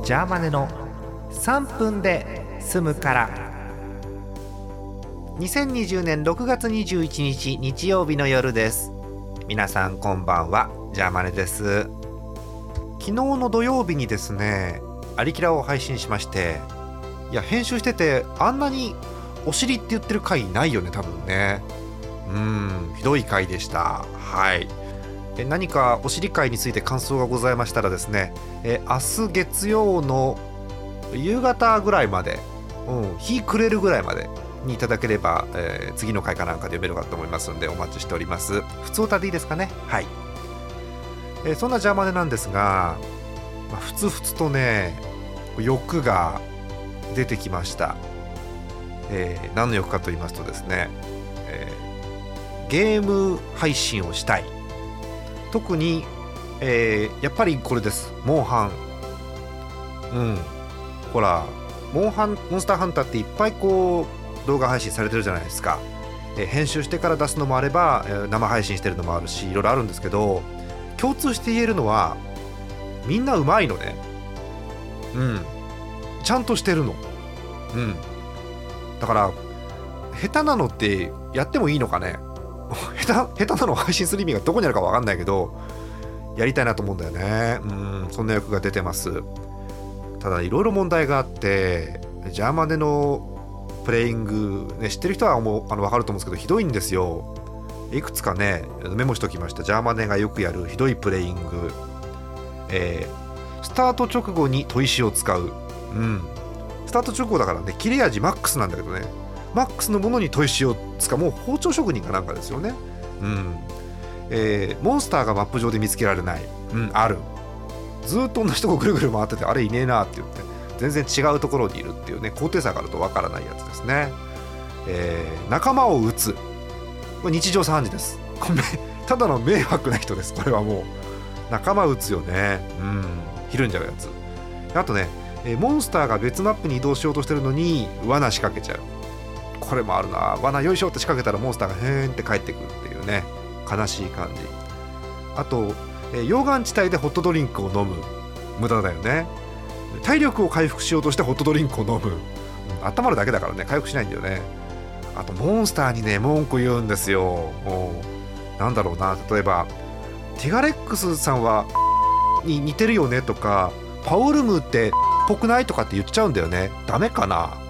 ジャーマネの3分で済むから。2020年6月21日日曜日の夜です。皆さんこんばんは、ジャーマネです。昨日の土曜日にですね、アリキラを配信しまして、いや編集しててあんなにお尻って言ってる回ないよね、多分ね。ひどい回でした。はい。何かお尻回について感想がございましたらですね、明日月曜の夕方ぐらいまで、日暮れるぐらいまでにいただければ、次の回かなんかで読めるかと思いますのでお待ちしております。普通歌でいいですかね。はい。そんなジャーマネなんですが、ふつふつとね欲が出てきました。何の欲かと言いますとですね、ゲーム配信をしたい。特に、やっぱりこれです。モンハン。ほらモンスターハンターっていっぱいこう動画配信されてるじゃないですか。編集してから出すのもあれば、生配信してるのもあるし、いろいろあるんですけど、共通して言えるのはみんなうまいのね。ちゃんとしてるの。だから下手なのってやってもいいのかね。下手なのを配信する意味がどこにあるか分かんないけど、やりたいなと思うんだよね。そんな欲が出てます。ただいろいろ問題があって、ジャーマネのプレイング、ね、知ってる人は分かると思うんですけど、ひどいんですよ。いくつかねメモしておきました。ジャーマネがよくやるひどいプレイング、スタート直後に砥石を使う。スタート直後だからね、切れ味マックスなんだけどね、マックスのものに砥石を使う。もう包丁職人かなんかですよね。モンスターがマップ上で見つけられない。ある。ずっと同じとこぐるぐる回ってて、あれいねえなって言って全然違うところにいるっていうね、高低差があるとわからないやつですね。仲間を撃つ。これ日常茶飯事です。これただの迷惑な人です。これはもう仲間撃つよね。ひるんじゃうやつ。あとね、モンスターが別マップに移動しようとしてるのに罠仕掛けちゃう。これもあるな。罠よいしょって仕掛けたらモンスターがへーんって帰ってくるっていうね、悲しい感じ。あと、溶岩地帯でホットドリンクを飲む。無駄だよね。体力を回復しようとしてホットドリンクを飲む。温まるだけだからね、回復しないんだよね。あとモンスターにね文句言うんですよ。なんだろうな、例えばティガレックスさんはに似てるよねとか、パオルムってっぽくないとかって言っちゃうんだよね。ダメかな。